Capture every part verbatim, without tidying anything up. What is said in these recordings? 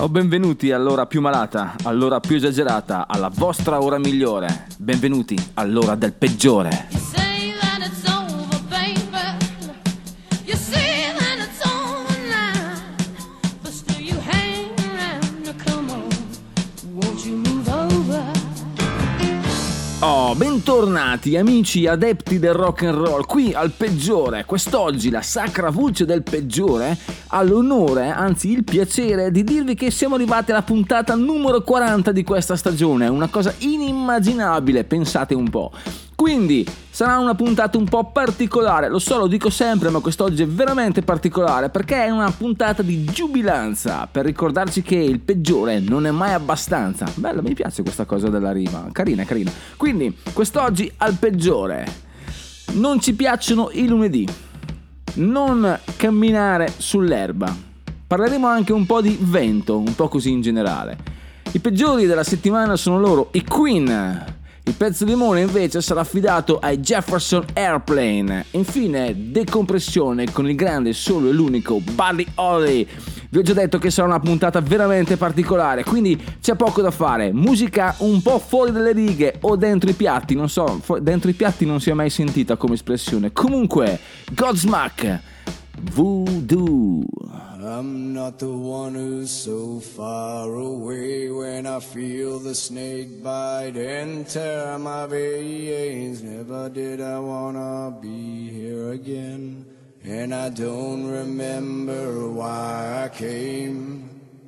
O benvenuti all'ora più malata, all'ora più esagerata, alla vostra ora migliore. Benvenuti all'ora del peggiore. Oh, bentornati amici adepti del rock and roll, qui al peggiore. Quest'oggi la sacra voce del peggiore ha l'onore, anzi il piacere, di dirvi che siamo arrivati alla puntata numero quaranta di questa stagione. Una cosa inimmaginabile, pensate un po'. Quindi sarà una puntata un po' particolare, lo so, lo dico sempre, ma quest'oggi è veramente particolare perché è una puntata di giubilanza, per ricordarci che il peggiore non è mai abbastanza. Bello, mi piace questa cosa della rima, carina, carina. Quindi quest'oggi al peggiore non ci piacciono i lunedì, non camminare sull'erba, parleremo anche un po' di vento, un po' così in generale. I peggiori della settimana sono loro, i Queen. Il pezzo di limone invece sarà affidato ai Jefferson Airplane. Infine, decompressione con il grande, solo e l'unico Buddy Holly. Vi ho già detto che sarà una puntata veramente particolare, quindi c'è poco da fare. Musica un po' fuori dalle righe o dentro i piatti, non so, dentro i piatti non si è mai sentita come espressione. Comunque, Godsmack, Voodoo. I'm not the one who's so far away when I feel the snake bite and tear my veins. Never did I wanna be here again, and I don't remember why I came.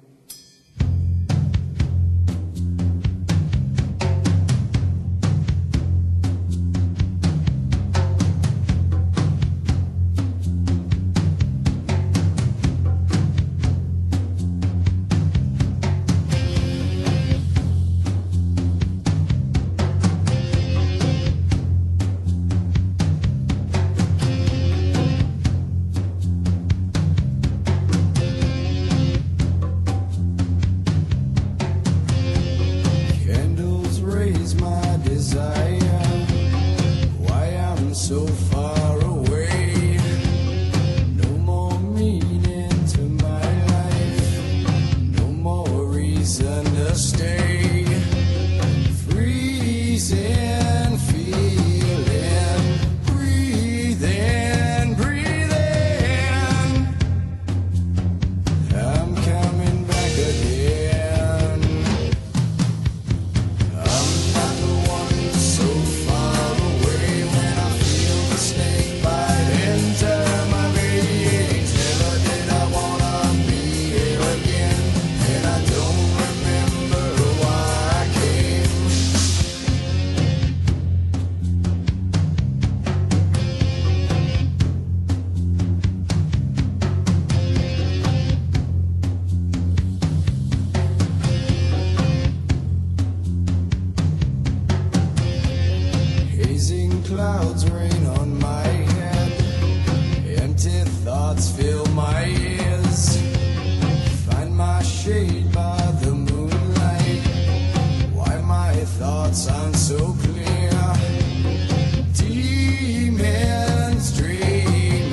Clouds rain on my head, empty thoughts fill my ears, find my shade by the moonlight, why my thoughts aren't so clear, demons dreaming,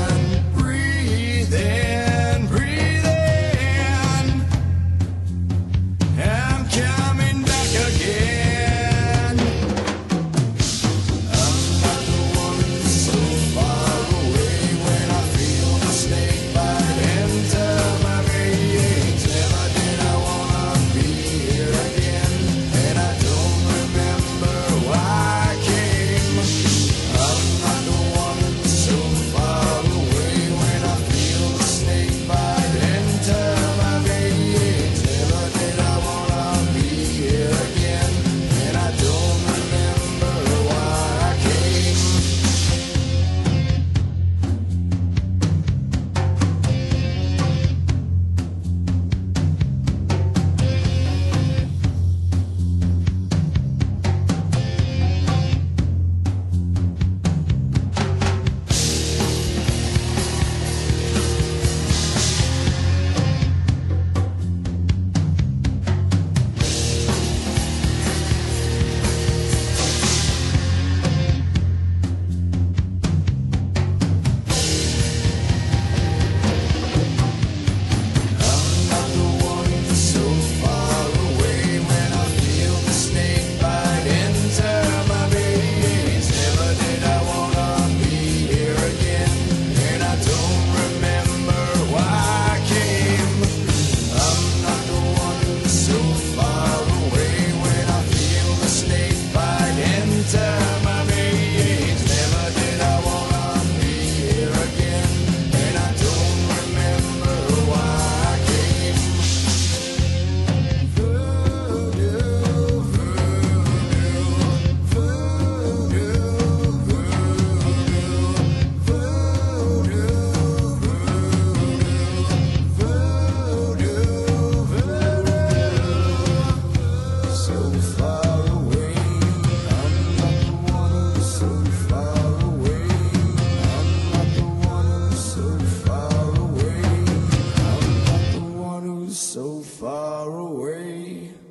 breathing, breathing, I'm coming back again.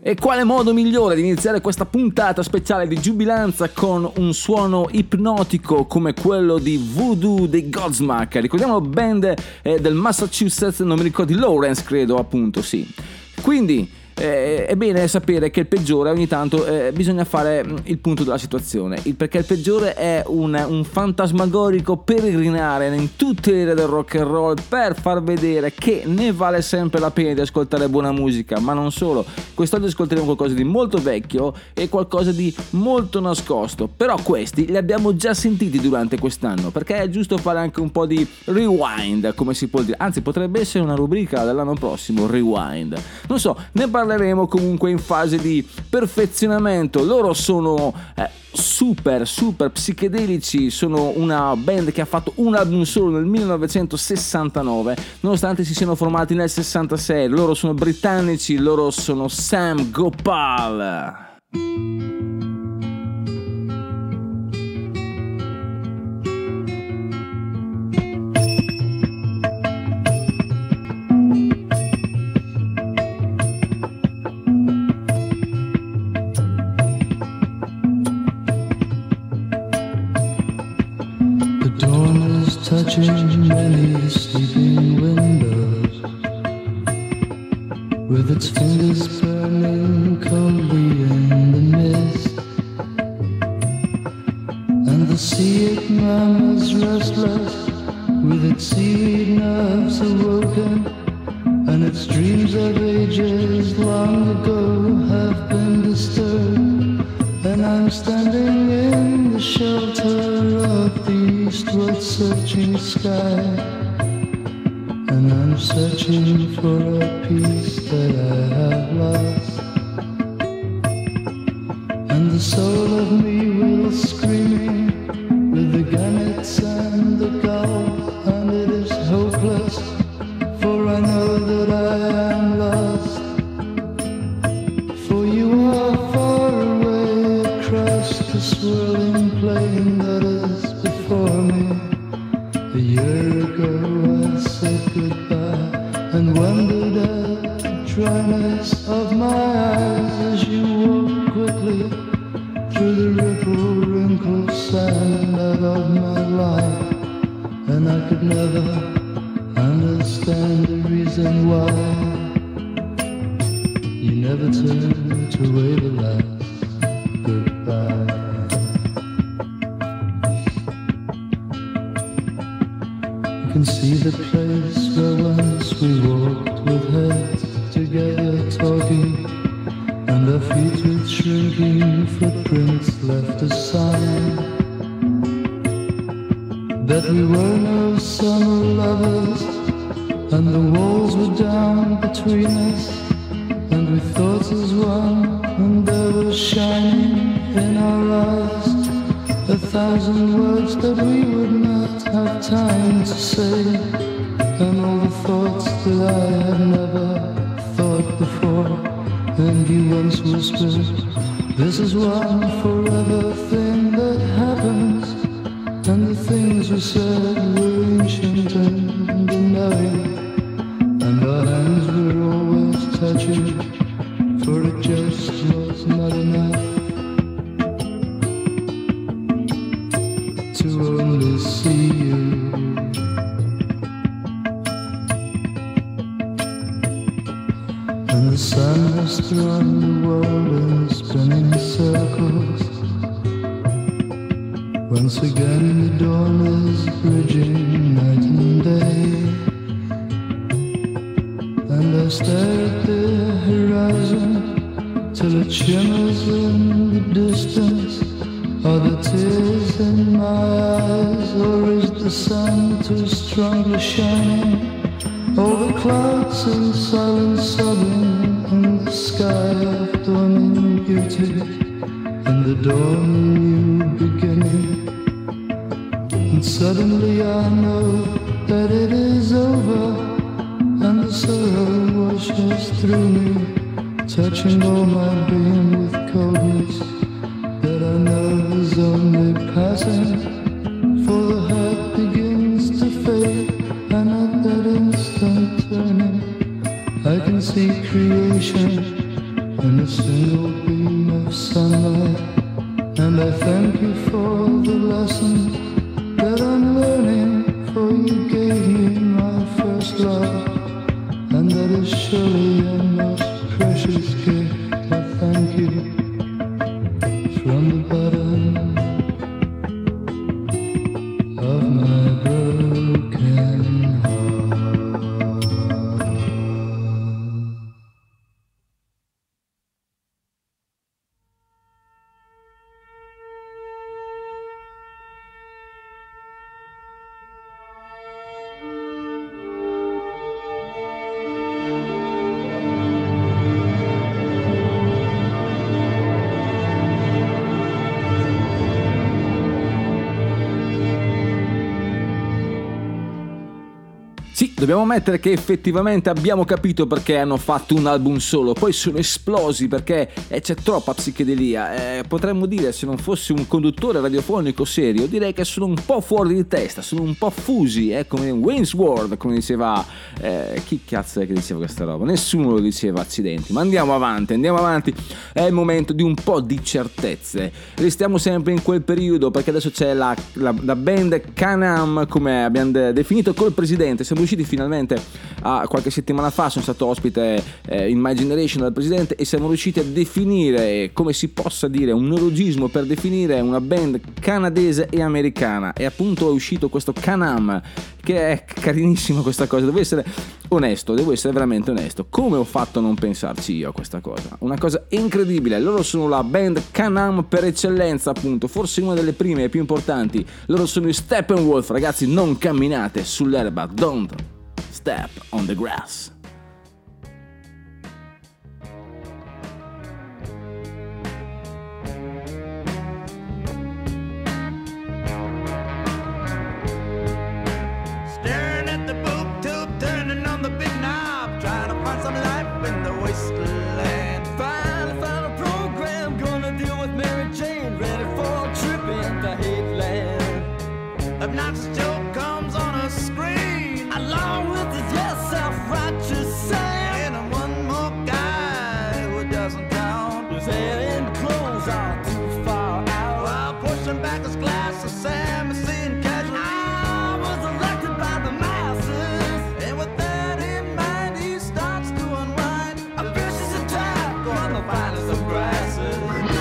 E quale modo migliore di iniziare questa puntata speciale di giubilanza con un suono ipnotico come quello di Voodoo dei Godsmack. Ricordiamo la band eh, del Massachusetts, non mi ricordo, di Lawrence credo, appunto, sì. Quindi eh, è bene sapere che il peggiore ogni tanto eh, bisogna fare il punto della situazione, il, perché il peggiore è un, un fantasmagorico peregrinare in tutte le aree del rock and roll per far vedere che ne vale sempre la pena di ascoltare buona musica, ma non solo. Quest'oggi ascolteremo qualcosa di molto vecchio e qualcosa di molto nascosto, però questi li abbiamo già sentiti durante quest'anno, perché è giusto fare anche un po' di rewind, come si può dire, anzi potrebbe essere una rubrica dell'anno prossimo, rewind, non so, ne parleremo comunque in fase di perfezionamento. Loro sono eh, super super psichedelici, sono una band che ha fatto un album solo nel millenovecentosessantanove, nonostante si siano formati nel sessantasei. Loro sono britannici, loro sono Sam Gopal. Touching many sleeping windows, with its fingers burning coldly in the mist, and the sea it murmurs restless, with its seaweed nerves awoken, and its dreams of ages long ago have been disturbed, and I'm standing in the shelter of the eastward searching sky, and I'm searching for a piece that I have lost, and the soul of me will screaming with the gannets and the gulls, and it is hopeless, for I know that I am lost, for you are far away across the swirling plain that is before me. A year ago I said goodbye and wondered at the dryness of my eyes as you walked quickly through the ripple wrinkled sand out of my life, and I could never understand the reason why you never turned to wave a last goodbye. I can see the place where once we walked with heads together talking, and our feet with shrinking footprints left a sign that we were no summer lovers, and the walls were down between us, and we thought as one, and there was shining in our eyes a thousand words that we would not have time to say, and all the thoughts that I had never thought before. And you once whispered, this is one forever thing that happens, and the things we said were ancient and unknowing, and our hands were always touching, for it just was not enough to only see you. And the sun has thrown the world in spinning circles. Once again the dawn is bridging night and day, and I stare at the horizon till it shimmers in the distance. Are the tears in my eyes, or is the sun too strongly shining? All the clouds in silent sobbing, and the sky of dawning beauty, and the dawn new beginning. And suddenly I know that it is over, and the sorrow washes through me, touching all my being with coldness that I know is only passing, for the heart begins to fade, and at that instant turning I can see creation in its you for the lesson that I'm learning, for you gave me my first love, and that is surely your most precious gift. I thank you from the bottom of my broken heart. Sì, dobbiamo ammettere che effettivamente abbiamo capito perché hanno fatto un album solo, poi sono esplosi perché eh, c'è troppa psichedelia. Eh, potremmo dire, se non fossi un conduttore radiofonico serio, direi che sono un po' fuori di testa, sono un po' fusi, eh, come Wayne's World, come diceva... Eh, chi cazzo è che diceva questa roba? Nessuno lo diceva, accidenti. Ma andiamo avanti, andiamo avanti. È il momento di un po' di certezze. Restiamo sempre in quel periodo perché adesso c'è la, la, la band Can-Am, come abbiamo de- definito col presidente. Siamo riusciti finalmente a qualche settimana fa, sono stato ospite eh, in My Generation dal presidente e siamo riusciti a definire, come si possa dire, un neologismo per definire una band canadese e americana, e appunto è uscito questo Can-Am, che è carinissimo questa cosa. Devo essere onesto, devo essere veramente onesto, come ho fatto a non pensarci io a questa cosa? Una cosa incredibile. Loro sono la band Can-Am per eccellenza, appunto, forse una delle prime e più importanti. Loro sono i Steppenwolf. Ragazzi, non camminate sull'erba, don't step on the grass. Staring at the boob tube, turning on the big knob, trying to find some life in the wasteland. Finally found a program, gonna deal with Mary Jane, ready for a trip into Hateland. Obnoxious Joe comes on a screen, along with his yes, self-righteous Sam, and one more guy who doesn't count, his hair and clothes are too far out. While pushing back his glasses, Sam is seeing casually. I was elected by the masses, and with that in mind, he starts to unwind a vicious attack on the finest of grasses.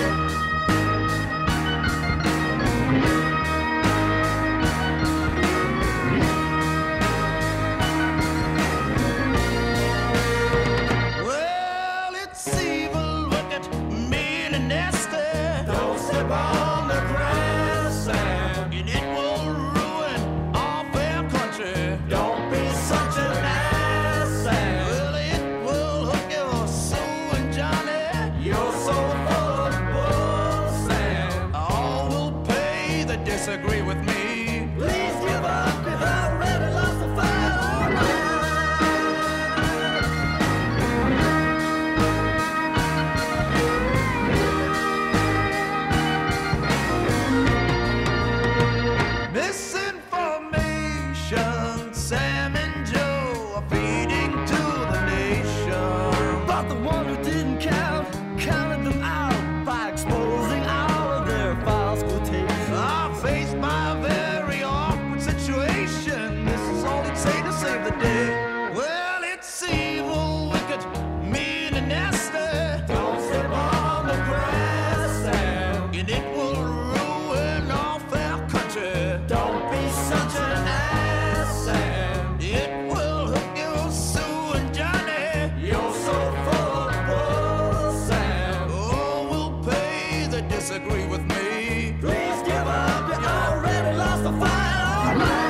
Well, it's evil, wicked, mean, and nasty. Don't step on the grass, Sam, and it will ruin all fair country. Don't be such an ass, Sam. Well, it will hook your Sue and Johnny. You're so full of bull, Sam. All will pay that disagree with me. Please give up, you've already lost the fight. All right. Misinformation, Sam and Joe are feeding to the nation. But the one who didn't count, counted them out by exposing all of their false quotations. Are faced by a very awkward situation. This is all he'd say to save the day. Well, it's evil, wicked, mean, and nasty. Don't step on the grass, Sam, and it will ruin all fair country. Don't be such an ass, Sam. It will hook you, Sue and Johnny. You're so full of bull, Sam. Oh, we'll pay that disagree with me. Please give up, you already lost the fight. All right.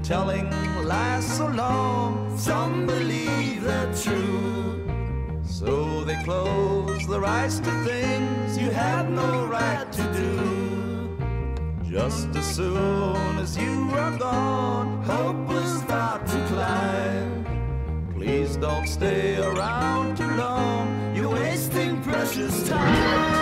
telling lies so long, some believe they're true. So they close their eyes to things you have no right to do. Just as soon as you are gone, hope will start to climb. Please don't stay around too long, you're wasting precious time.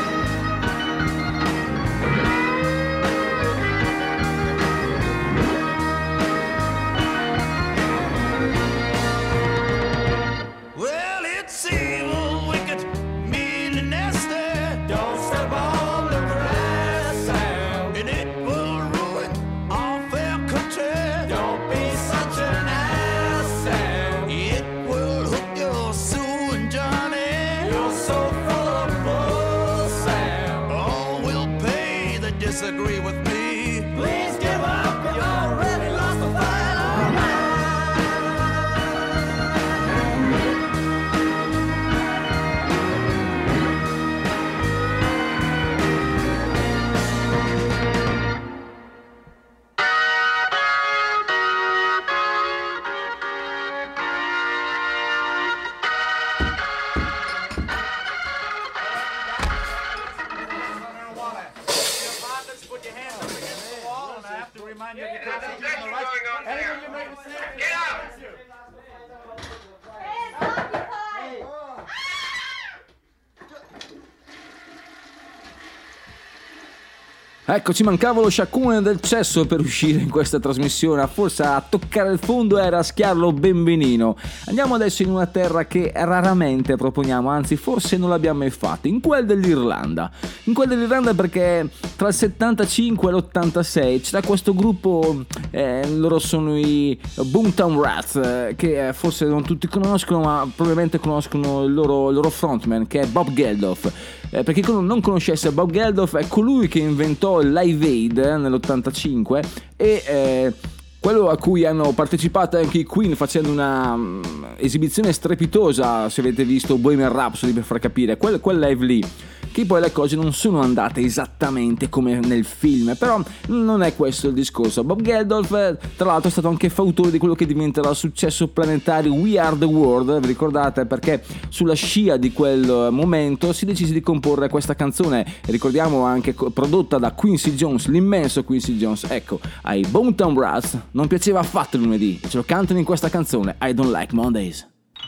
Disagree with me, please give up, you already lost the fight, alright. Ecco, ci mancava lo sciacquone del cesso per uscire in questa trasmissione, forse a toccare il fondo e a raschiarlo ben benino. Andiamo adesso in una terra che raramente proponiamo, anzi forse non l'abbiamo mai fatto, in quel dell'Irlanda. In quel dell'Irlanda perché tra il settantacinque e l'ottantasei c'era questo gruppo, eh, loro sono i Boomtown Rats, eh, che eh, forse non tutti conoscono, ma probabilmente conoscono il loro, il loro frontman, che è Bob Geldof. Eh, per chi non conoscesse, Bob Geldof è colui che inventò il Live Aid eh, nell'ottantacinque e eh, quello a cui hanno partecipato anche i Queen facendo una um, esibizione strepitosa, se avete visto Bohemian Rhapsody, per far capire, quel, quel live lì, che poi le cose non sono andate esattamente come nel film, però non è questo il discorso. Bob Geldof tra l'altro è stato anche fautore di quello che diventerà il successo planetario We Are The World, vi ricordate? Perché sulla scia di quel momento si decise di comporre questa canzone, ricordiamo anche prodotta da Quincy Jones, l'immenso Quincy Jones. Ecco, ai Boomtown Rats non piaceva affatto il lunedì, ce lo cantano in questa canzone, I Don't Like Mondays.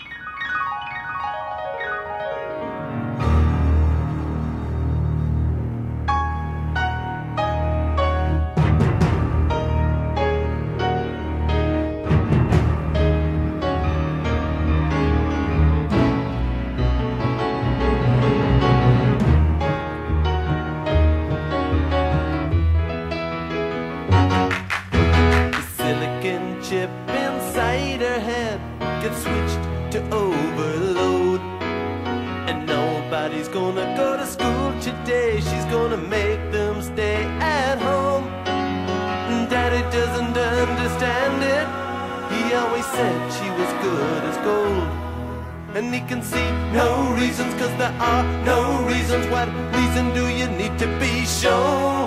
And he can see no reasons, cause there are no reasons. What reason do you need to be shown?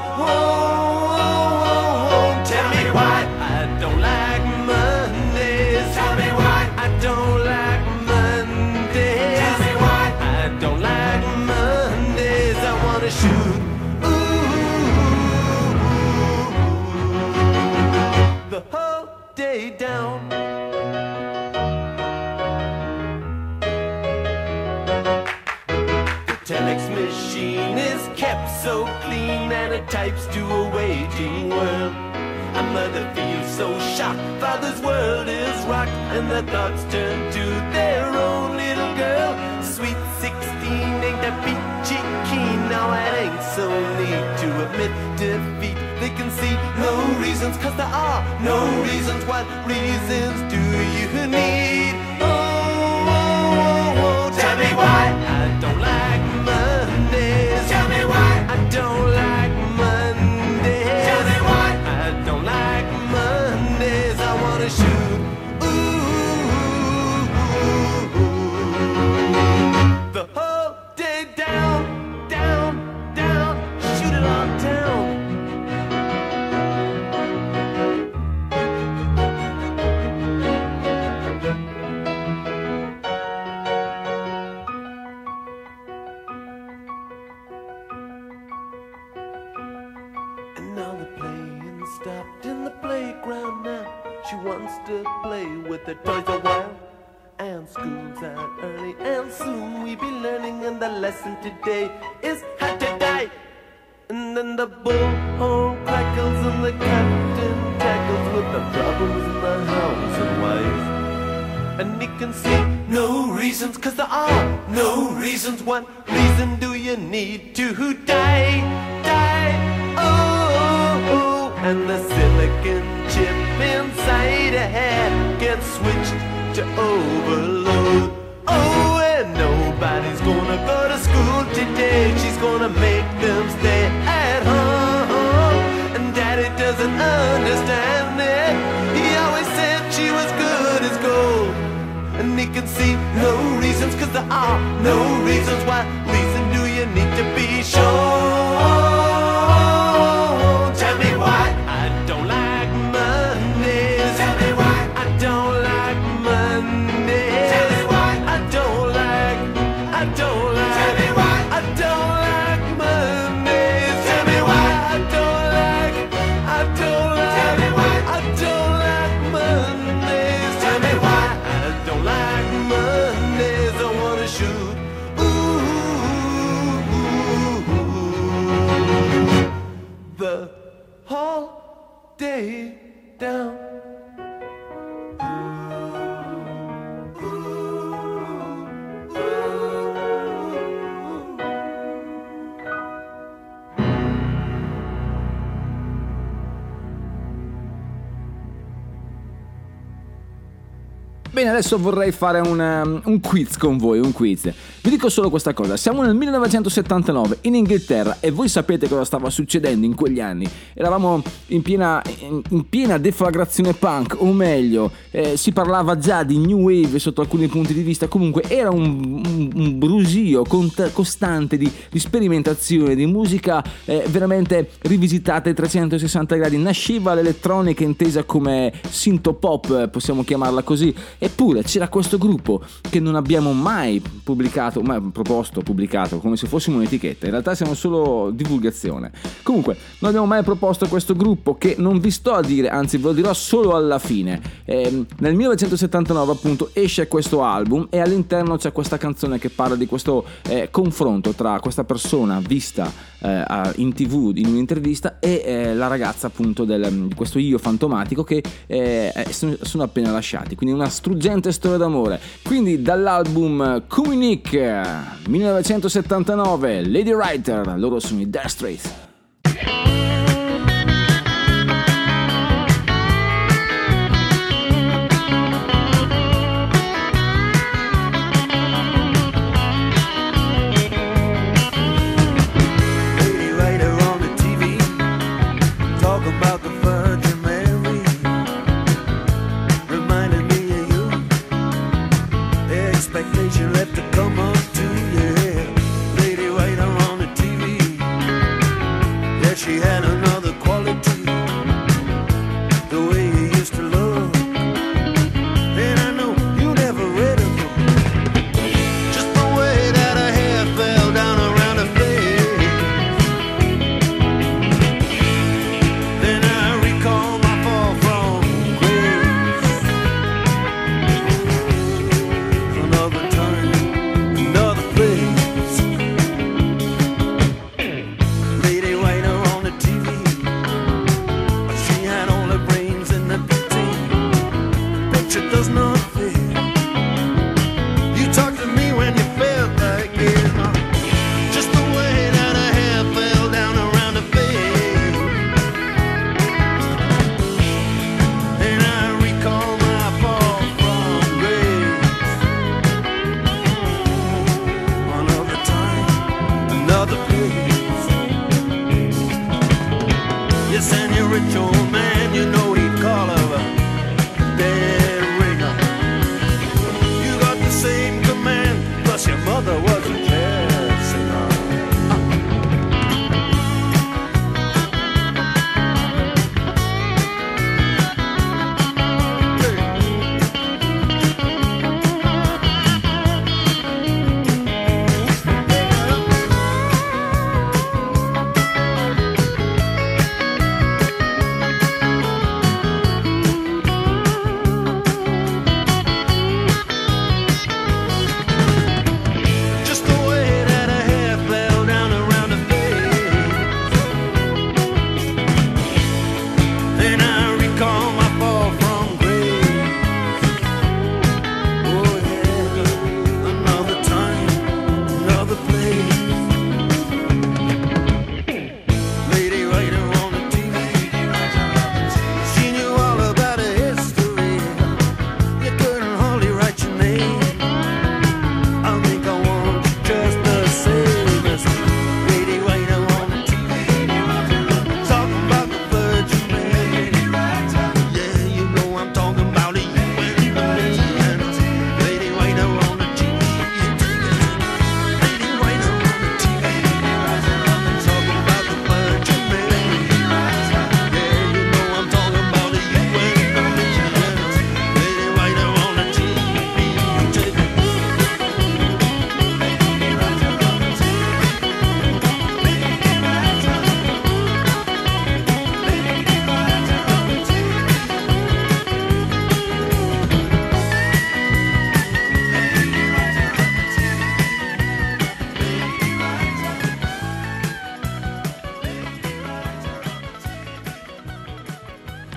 Tell me why I don't like Mondays. Tell me why I don't like Mondays. Tell me why I don't like Mondays. I wanna shoot ooh, the whole day down. Telex machine is kept so clean and it types to a waging world. A mother feels so shocked, father's world is rocked, and their thoughts turn to their own little girl. Sweet sixteen ain't that peachy keen, now it ain't so neat to admit defeat. They can see no reasons, cause there are no reasons. What reasons do you need? Oh, oh, oh, oh. Tell me why I don't like Mondays. Tell me why I don't like Mondays. Tell me why I don't like Mondays. I wanna shoot ooh, the whole day down, down, down. Shoot it all down. wants to play with the toys a while. And school's out early, and soon we be learning, and the lesson today is how to die. And then the bullhorn crackles and the captain tackles with the problems in the house and wife. And he can see no reasons, cause there are no reasons. What reason do you need to die? Die, oh, oh, oh. And the silicon chip inside a head gets switched to overload. Oh, and nobody's gonna go to school today. She's gonna make them stay at home. And Daddy doesn't understand it. He always said she was good as gold. And he can see no reasons, cause there are no reasons. What reason do you need to be sure? Tell me why I don't like Mondays. Tell me why I don't like Mondays. Tell me why I don't like, I don't like. Tell me why I don't like Mondays. Tell me why I don't like, I don't like. Tell me why I don't like Mondays. Tell me why I don't like Mondays. I wanna shoot. Ooh, the whole day down. Bene, adesso vorrei fare un, um, un quiz con voi, un quiz. Vi dico solo questa cosa, siamo nel millenovecentosettantanove in Inghilterra e voi sapete cosa stava succedendo in quegli anni. Eravamo in piena, in, in piena deflagrazione punk, o meglio, eh, si parlava già di new wave sotto alcuni punti di vista. Comunque era un, un, un brusio cont- costante di, di sperimentazione, di musica eh, veramente rivisitata a trecentosessanta gradi. Nasceva l'elettronica intesa come synthpop, possiamo chiamarla così. Eppure c'era questo gruppo che non abbiamo mai pubblicato, mai proposto, pubblicato, come se fossimo un'etichetta. In realtà siamo solo divulgazione. Comunque, non abbiamo mai proposto questo gruppo che non vi sto a dire, anzi ve lo dirò solo alla fine. Eh, nel millenovecentosettantanove appunto esce questo album e all'interno c'è questa canzone che parla di questo eh, confronto tra questa persona vista eh, in tv in un'intervista e eh, la ragazza appunto del, di questo io fantomatico che eh, sono appena lasciati. Quindi una struggente storia d'amore. Quindi dall'album Communique millenovecentosettantanove, Lady Writer, loro sono i Dire Straits. Expectation left to come up to, yeah. Lady Writer on the T V. Yeah, she had another quality, the way you used to look. And I know you never read a book, just the way that her hair fell down around her face. Then I recall my fall from grace. Another time, another place. Lady Writer on the T V. She had all her brains in the picture. Picture does not fit. You talked to me when you felt like it, huh? Just the way that her hair fell down around her face. And I recall my fall from grace. Another time, another place. Yes, and your rich old man, you know he'd call her a dead ringer. You got the same command, plus your mother was a jazz singer.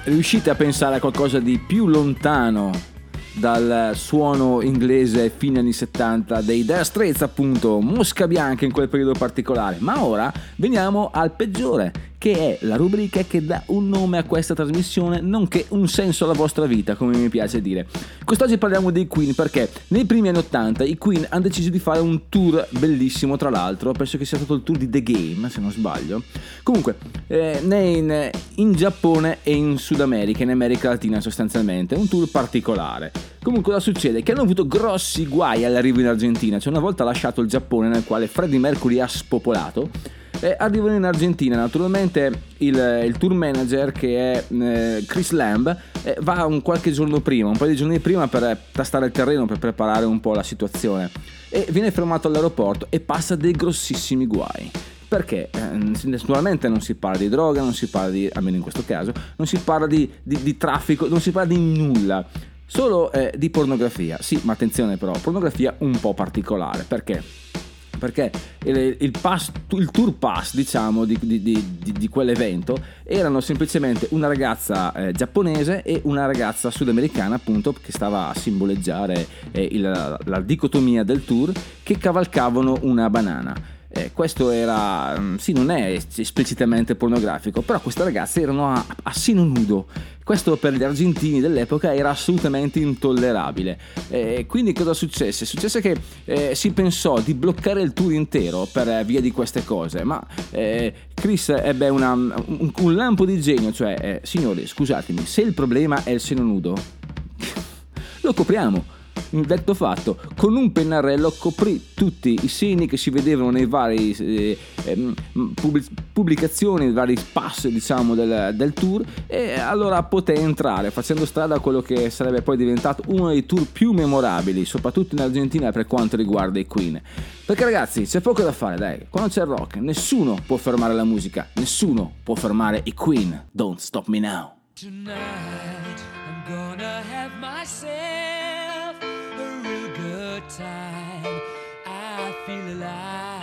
Riuscite a pensare a qualcosa di più lontano dal suono inglese fine anni settanta dei Dire Straits, appunto, Mosca Bianca in quel periodo particolare? Ma ora veniamo al peggiore, che è la rubrica che dà un nome a questa trasmissione, nonché un senso alla vostra vita, come mi piace dire. Quest'oggi parliamo dei Queen perché nei primi anni ottanta i Queen hanno deciso di fare un tour bellissimo, tra l'altro, penso che sia stato il tour di The Game, se non sbaglio. Comunque, eh, in, in Giappone e in Sud America, in America Latina sostanzialmente, un tour particolare. Comunque cosa succede? Che hanno avuto grossi guai all'arrivo in Argentina, cioè una volta lasciato il Giappone nel quale Freddie Mercury ha spopolato, eh, arrivano in Argentina. Naturalmente il, il tour manager, che è eh, Chris Lamb, eh, va un qualche giorno prima, un paio di giorni prima, per tastare il terreno, per preparare un po' la situazione, e viene fermato all'aeroporto e passa dei grossissimi guai. Perché eh, naturalmente non si parla di droga, non si parla di, almeno in questo caso, non si parla di, di, di traffico, non si parla di nulla, solo eh, di pornografia. Sì, ma attenzione però, pornografia un po' particolare. Perché? Perché il, il, pass, il tour pass, diciamo, di, di, di, di quell'evento erano semplicemente una ragazza eh, giapponese e una ragazza sudamericana, appunto, che stava a simboleggiare eh, il, la, la dicotomia del tour, che cavalcavano una banana. Eh, questo era, sì, non è esplicitamente pornografico, però queste ragazze erano a, a seno nudo. Questo per gli argentini dell'epoca era assolutamente intollerabile. Eh, quindi cosa successe? Successe che eh, si pensò di bloccare il tour intero per via di queste cose, ma eh, Chris ebbe una, un, un lampo di genio, cioè eh, signori, scusatemi, se il problema è il seno nudo, lo copriamo. Detto fatto, con un pennarello coprì tutti i seni che si vedevano nei vari eh, pubblicazioni, nei vari pass, diciamo, del, del tour, e allora poté entrare facendo strada a quello che sarebbe poi diventato uno dei tour più memorabili, soprattutto in Argentina, per quanto riguarda i Queen. Perché ragazzi, c'è poco da fare, dai, quando c'è il rock nessuno può fermare la musica, nessuno può fermare i Queen. Don't Stop Me Now. Tonight I'm gonna have myself a real good time. I feel alive,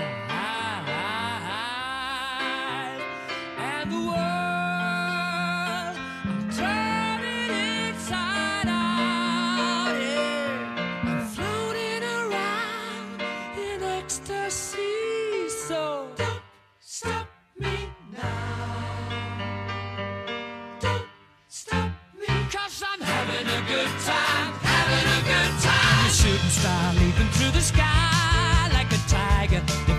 and the world I'm turning inside out. Yeah, I'm floating around in ecstasy. So don't stop me now. Don't stop me, 'cause I'm having a good time, having a good time. A shooting star leaping through the sky like a tiger.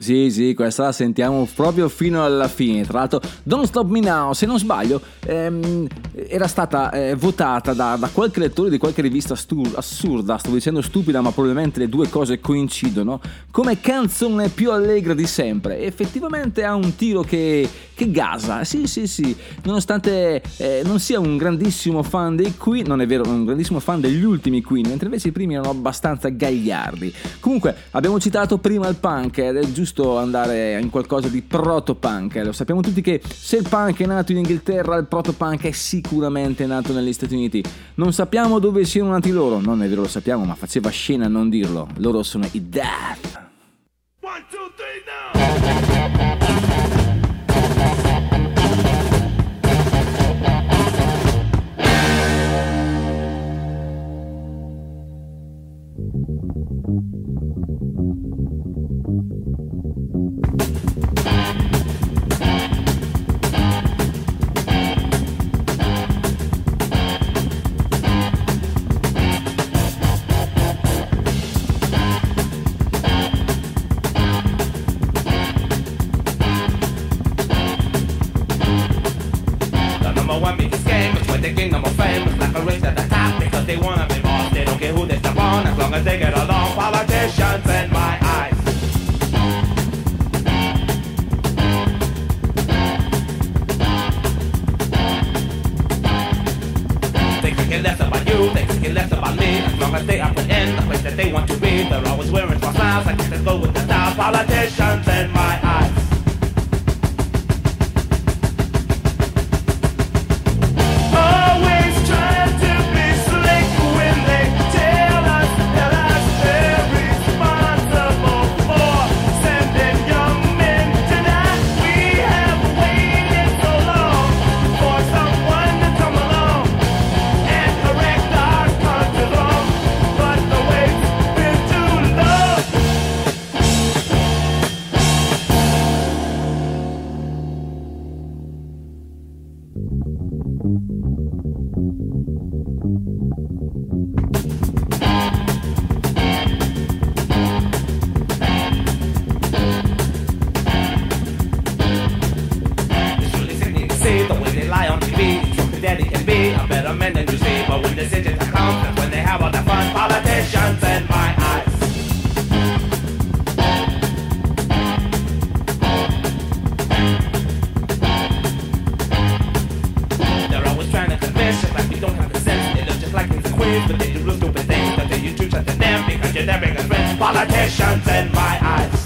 sì, sì, questa la sentiamo proprio fino alla fine. Tra l'altro, Don't Stop Me Now, se non sbaglio, ehm, era stata eh, votata da, da qualche lettore di qualche rivista stu- assurda, stavo dicendo stupida, ma probabilmente le due cose coincidono, come canzone più allegra di sempre. E effettivamente ha un tiro che, che gasa, sì, sì, sì, nonostante eh, non sia un grandissimo fan dei Queen, non è vero, un grandissimo fan degli ultimi Queen, mentre invece i primi erano abbastanza gagliardi. Comunque, abbiamo citato prima il punk ed è giusto andare in qualcosa di proto-punk. Lo sappiamo tutti che se il punk è nato in Inghilterra, il proto-punk è sicuramente nato negli Stati Uniti. Non sappiamo dove siano nati loro, non è vero, lo sappiamo, ma faceva scena a non dirlo. Loro sono i Death. One, two, three, now! The kingdom of fame is like a race at the top because they wanna be boss. They don't care who they step on as long as they get along. Politicians in my eyes. They could care less about you, they could care less about me. As long as they are put in the place that they want to be. They're always wearing false smiles, I guess they go with the style. Politicians in my eyes. Politicians in my eyes.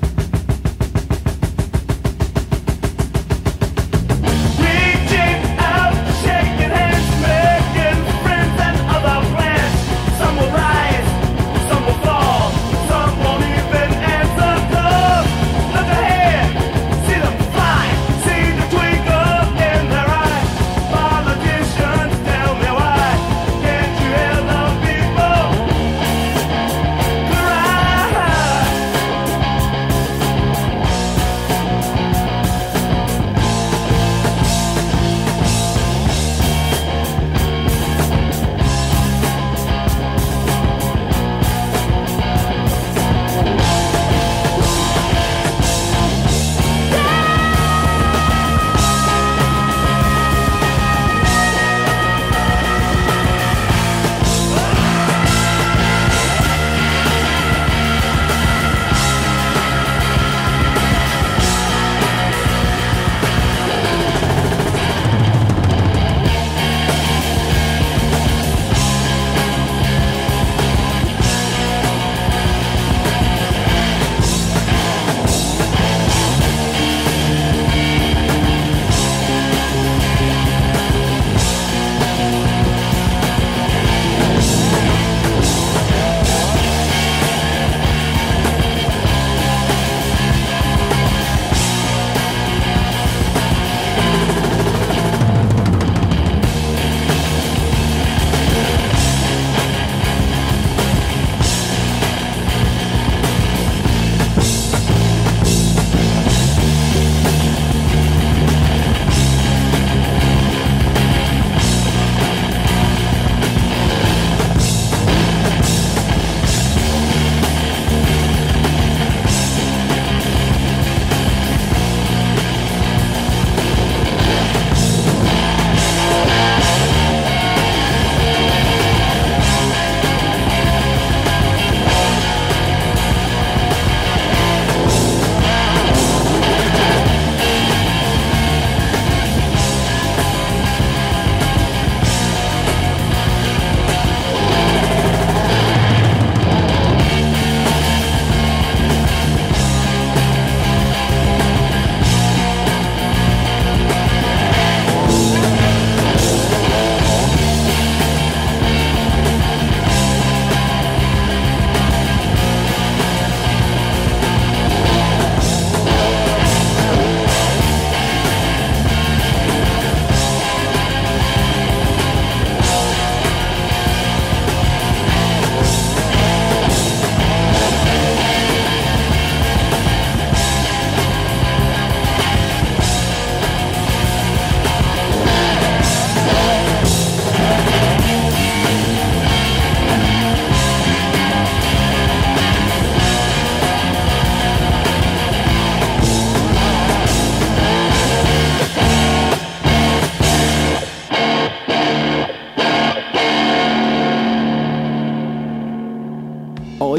Reaching out, shaking hands, making friends and other plans. Some will rise, some will fall, some won't even answer calls. Look ahead, see them fly, see the twinkle in their eyes. Politicians, tell me why can't you hear the people cry?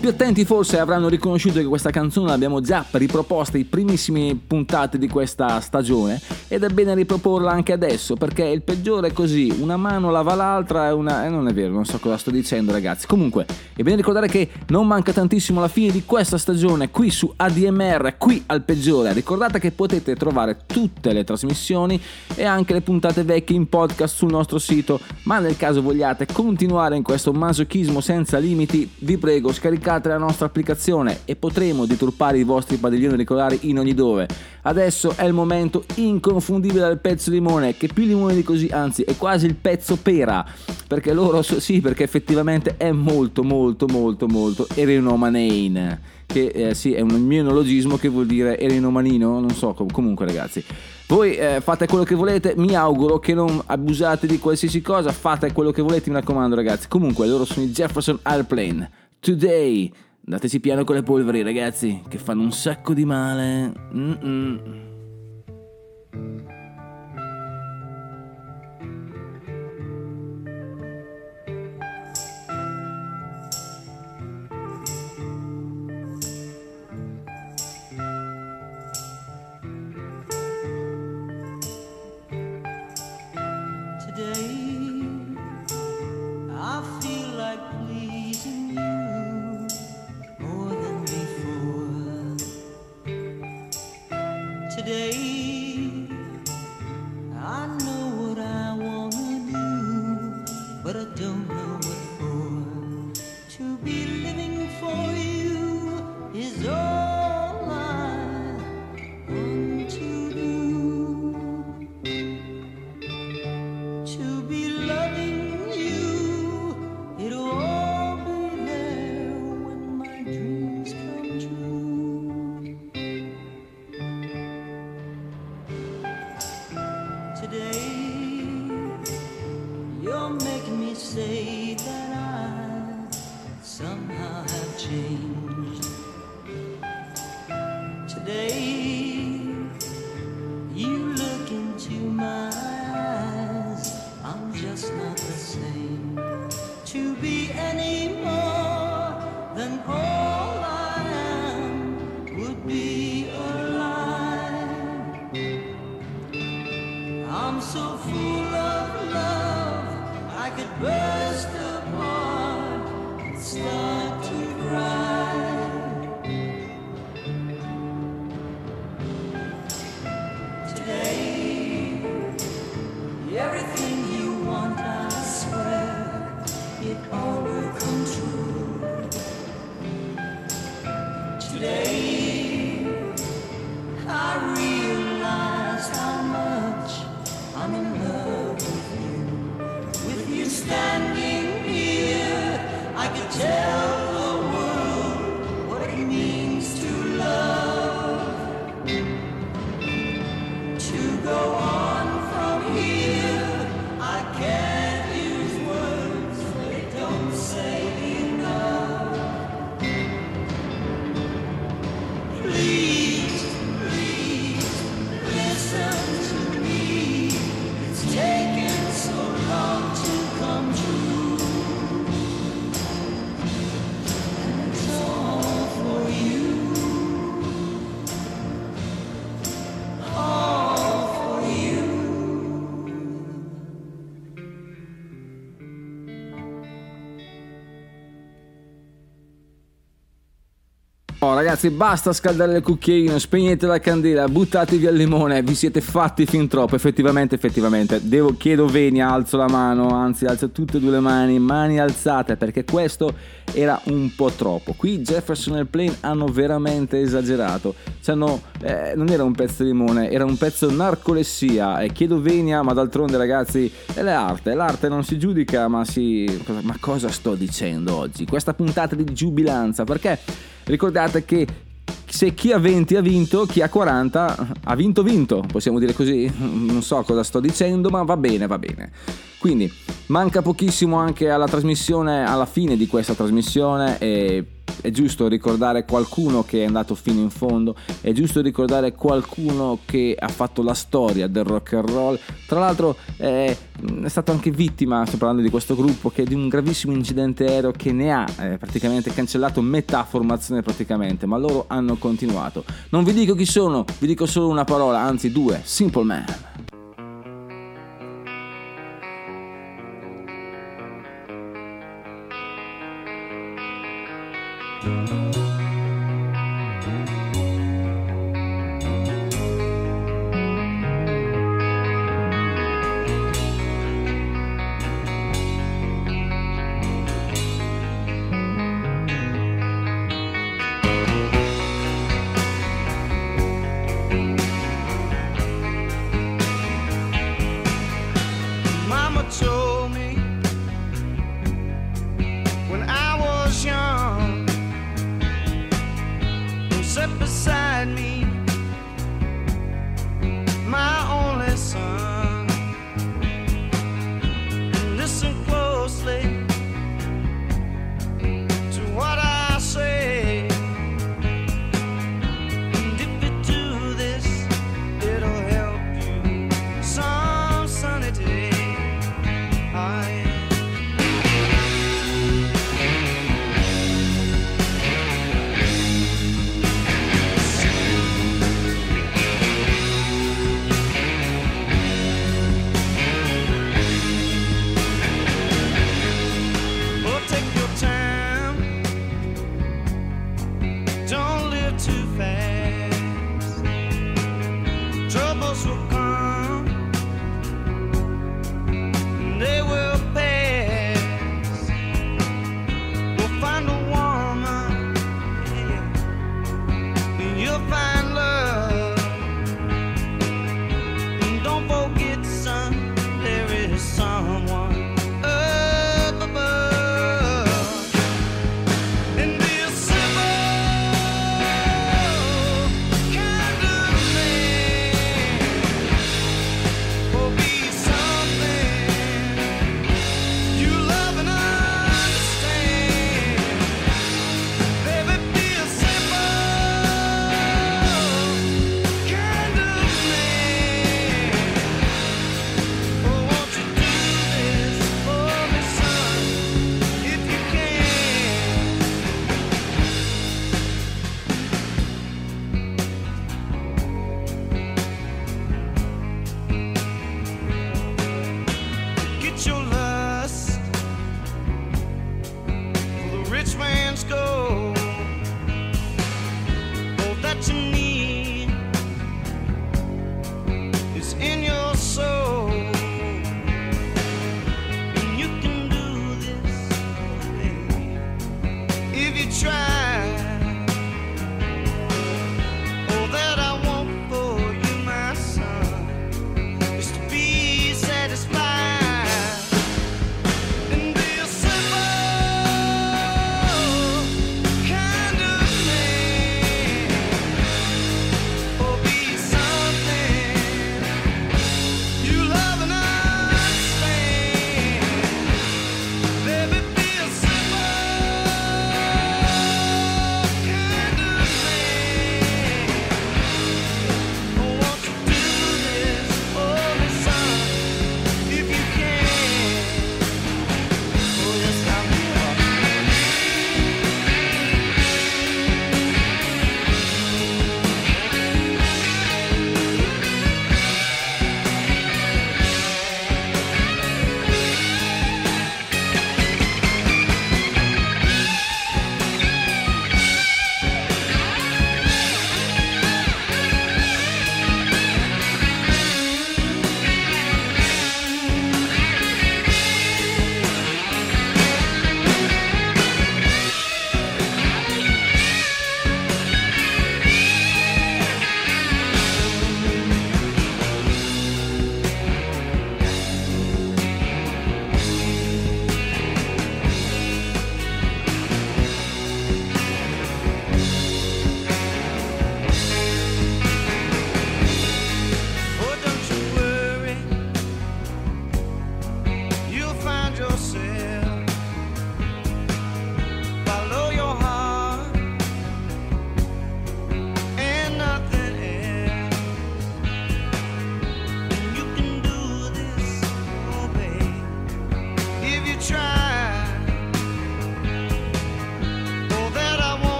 più attenti forse avranno riconosciuto che questa canzone l'abbiamo già riproposta i primissimi puntate di questa stagione ed è bene riproporla anche adesso, perché il peggiore è così, una mano lava l'altra e una... Eh, non è vero, non so cosa sto dicendo ragazzi. Comunque è bene ricordare che non manca tantissimo la fine di questa stagione qui su A D M R, qui al peggiore. Ricordate che potete trovare tutte le trasmissioni e anche le puntate vecchie in podcast sul nostro sito, ma nel caso vogliate continuare in questo masochismo senza limiti, vi prego scaricate la nostra applicazione e potremo deturpare i vostri padiglioni auricolari in ogni dove. Adesso è il momento inconfondibile del pezzo limone, che più limone di così, anzi è quasi il pezzo pera, perché loro sì, perché effettivamente è molto molto molto molto erinomanein, che eh, sì, è un mio neologismo che vuol dire erinomanino, non so, com- comunque ragazzi voi eh, fate quello che volete, mi auguro che non abusate di qualsiasi cosa, fate quello che volete, mi raccomando ragazzi. Comunque loro sono i Jefferson Airplane. Today, dateci piano con le polveri ragazzi, che fanno un sacco di male. Mm-mm. Oh ragazzi, basta scaldare il cucchiaino, spegnete la candela, buttatevi al limone, vi siete fatti fin troppo, effettivamente, effettivamente, devo, chiedo venia, alzo la mano, anzi alzo tutte e due le mani, mani alzate, perché questo era un po' troppo. Qui Jefferson Airplane hanno veramente esagerato, C'hanno, eh, non era un pezzo di limone, era un pezzo narcolessia, e chiedo venia, ma d'altronde ragazzi, è l'arte, l'arte non si giudica, ma si... ma cosa sto dicendo oggi? Questa puntata di giubilanza, perché... Ricordate che se chi ha venti ha vinto, chi ha quaranta ha vinto vinto, possiamo dire così? Non so cosa sto dicendo, ma va bene, va bene. Quindi manca pochissimo anche alla trasmissione, alla fine di questa trasmissione, e è giusto ricordare qualcuno che è andato fino in fondo, è giusto ricordare qualcuno che ha fatto la storia del rock and roll. Tra l'altro eh, è stato anche vittima, sto parlando di questo gruppo, che di un gravissimo incidente aereo che ne ha eh, praticamente cancellato metà formazione praticamente, ma loro hanno continuato. Non vi dico chi sono, vi dico solo una parola, anzi due: Simple Man. Mama told me when I was young, sat beside me, my only son. Listen closely to what I say. And if you do this, it'll help you some sunny day.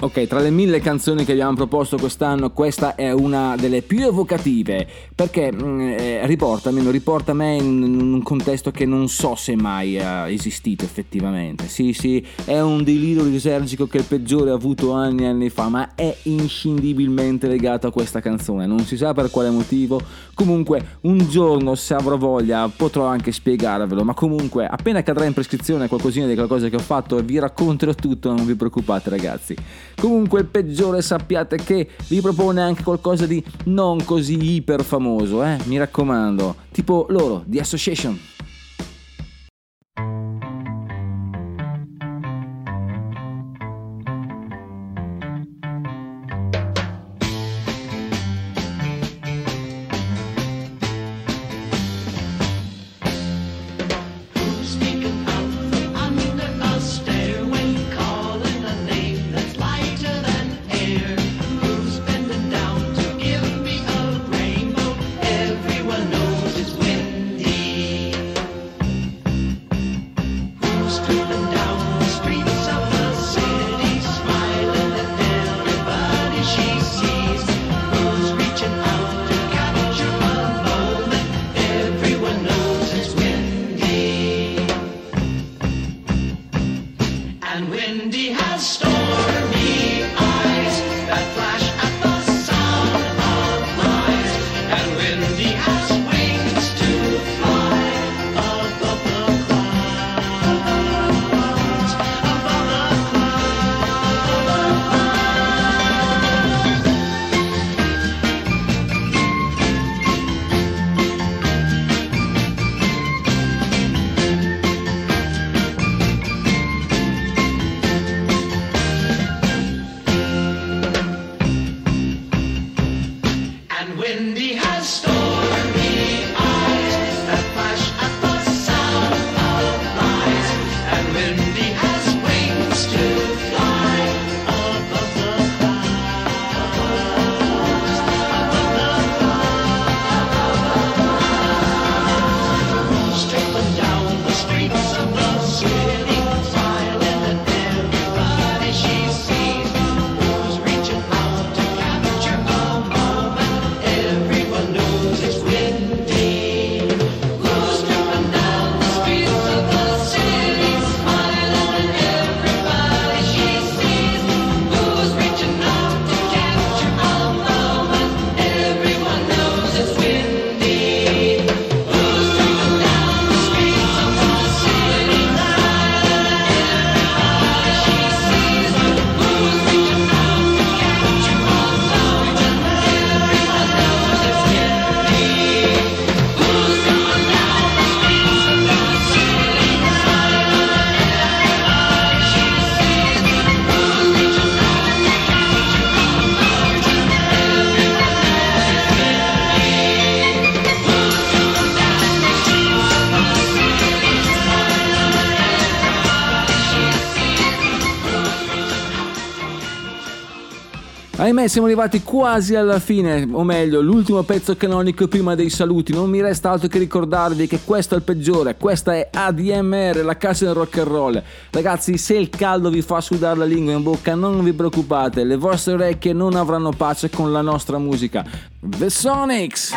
Ok, tra le mille canzoni che abbiamo proposto quest'anno, questa è una delle più evocative, perché mh, eh, riporta, almeno riporta me in, in un contesto che non so se mai è esistito effettivamente. Sì, sì, è un delirio lisergico che il Peggiore ha avuto anni e anni fa, ma è inscindibilmente legato a questa canzone, non si sa per quale motivo. Comunque, un giorno, se avrò voglia, potrò anche spiegarvelo, ma comunque, appena cadrà in prescrizione qualcosina di quella cosa che ho fatto, vi racconterò tutto, non vi preoccupate ragazzi. Comunque il Peggiore sappiate che vi propone anche qualcosa di non così iper famoso, eh? Mi raccomando, tipo loro, The Association. Ahimè, siamo arrivati quasi alla fine, o meglio, l'ultimo pezzo canonico prima dei saluti. Non mi resta altro che ricordarvi che questo è il Peggiore, questa è A D M R, la casa del rock and roll. Ragazzi, se il caldo vi fa sudare la lingua in bocca, non vi preoccupate, le vostre orecchie non avranno pace con la nostra musica. The Sonics!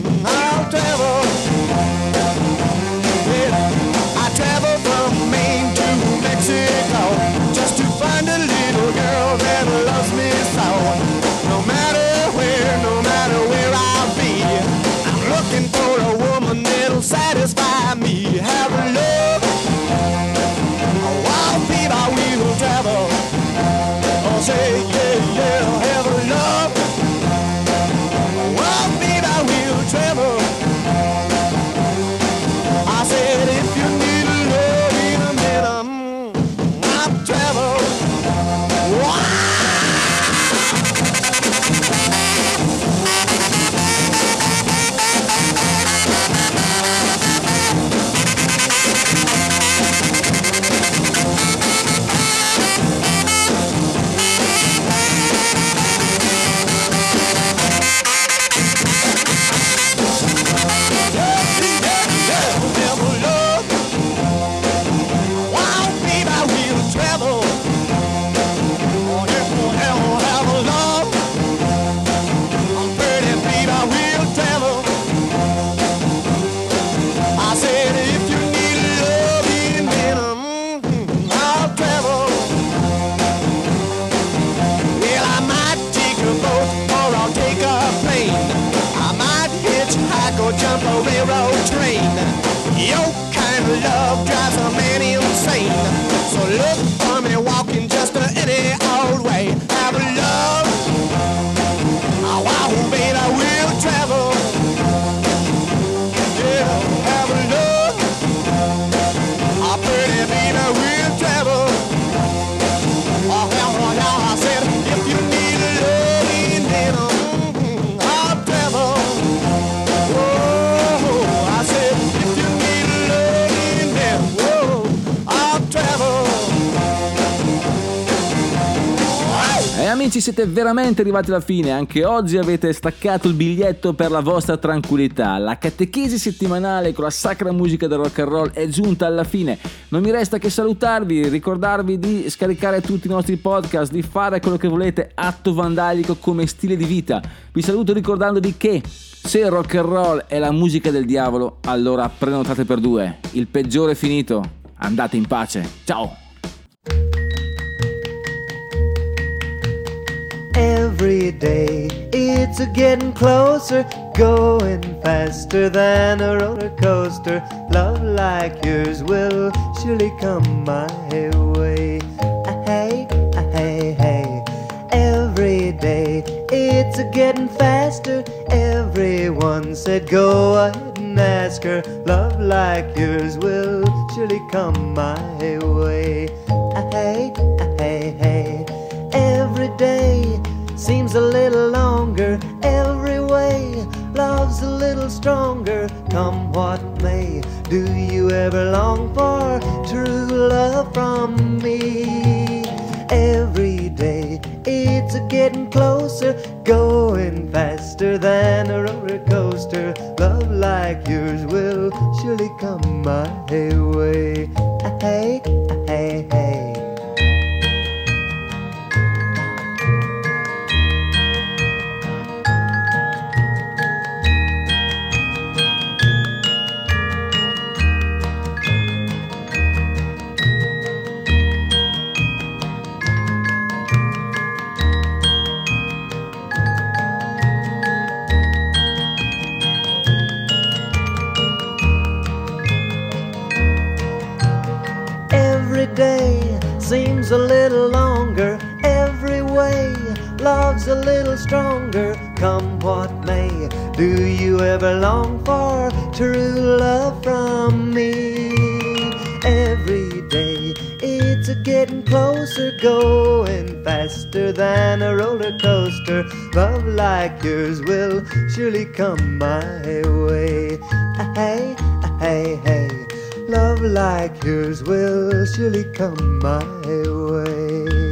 I travel from Maine railroad train. Your kind of love drives a man insane. So look for me walking just any old way. Have a love, oh, wow, baby, I will travel. Yeah, have a love, oh, pretty baby, I will travel. Oh, hell, oh, yeah, I said, if you need a loving, then mm, I'll travel. Whoa, I said, if you need a loving, then whoa, I'll travel. E amici, siete veramente arrivati alla fine. Anche oggi avete staccato il biglietto per la vostra tranquillità. La catechesi settimanale con la sacra musica del rock and roll è giunta alla fine. Non mi resta che salutarvi, ricordarvi di scaricare tutti i nostri podcast, di fare quello che volete, atto vandalico come stile di vita. Vi saluto ricordandovi che se il rock and roll è la musica del diavolo, allora prenotate per due. Il peggiore è finito. Andate in pace. Ciao. Every day it's a getting closer, going faster than a roller coaster. Love like yours will surely come my way. Ah, hey, ah, hey, hey. Every day it's a getting faster. Everyone said go ahead and ask her. Love like yours will surely come my way. Ah, hey, ah, hey, hey. Every day seems a little longer, every way love's a little stronger. Come what may, do you ever long for true love from me? Every day it's a getting closer, going faster than a roller coaster. Love like yours will surely come my way. Ah, hey, ah, hey, hey. Seems a little longer, every way love's a little stronger. Come what may, do you ever long for true love from me? Every day it's a getting closer, going faster than a roller coaster. Love like yours will surely come my way. Ah, hey, ah, hey, hey. Love like yours will surely come my way.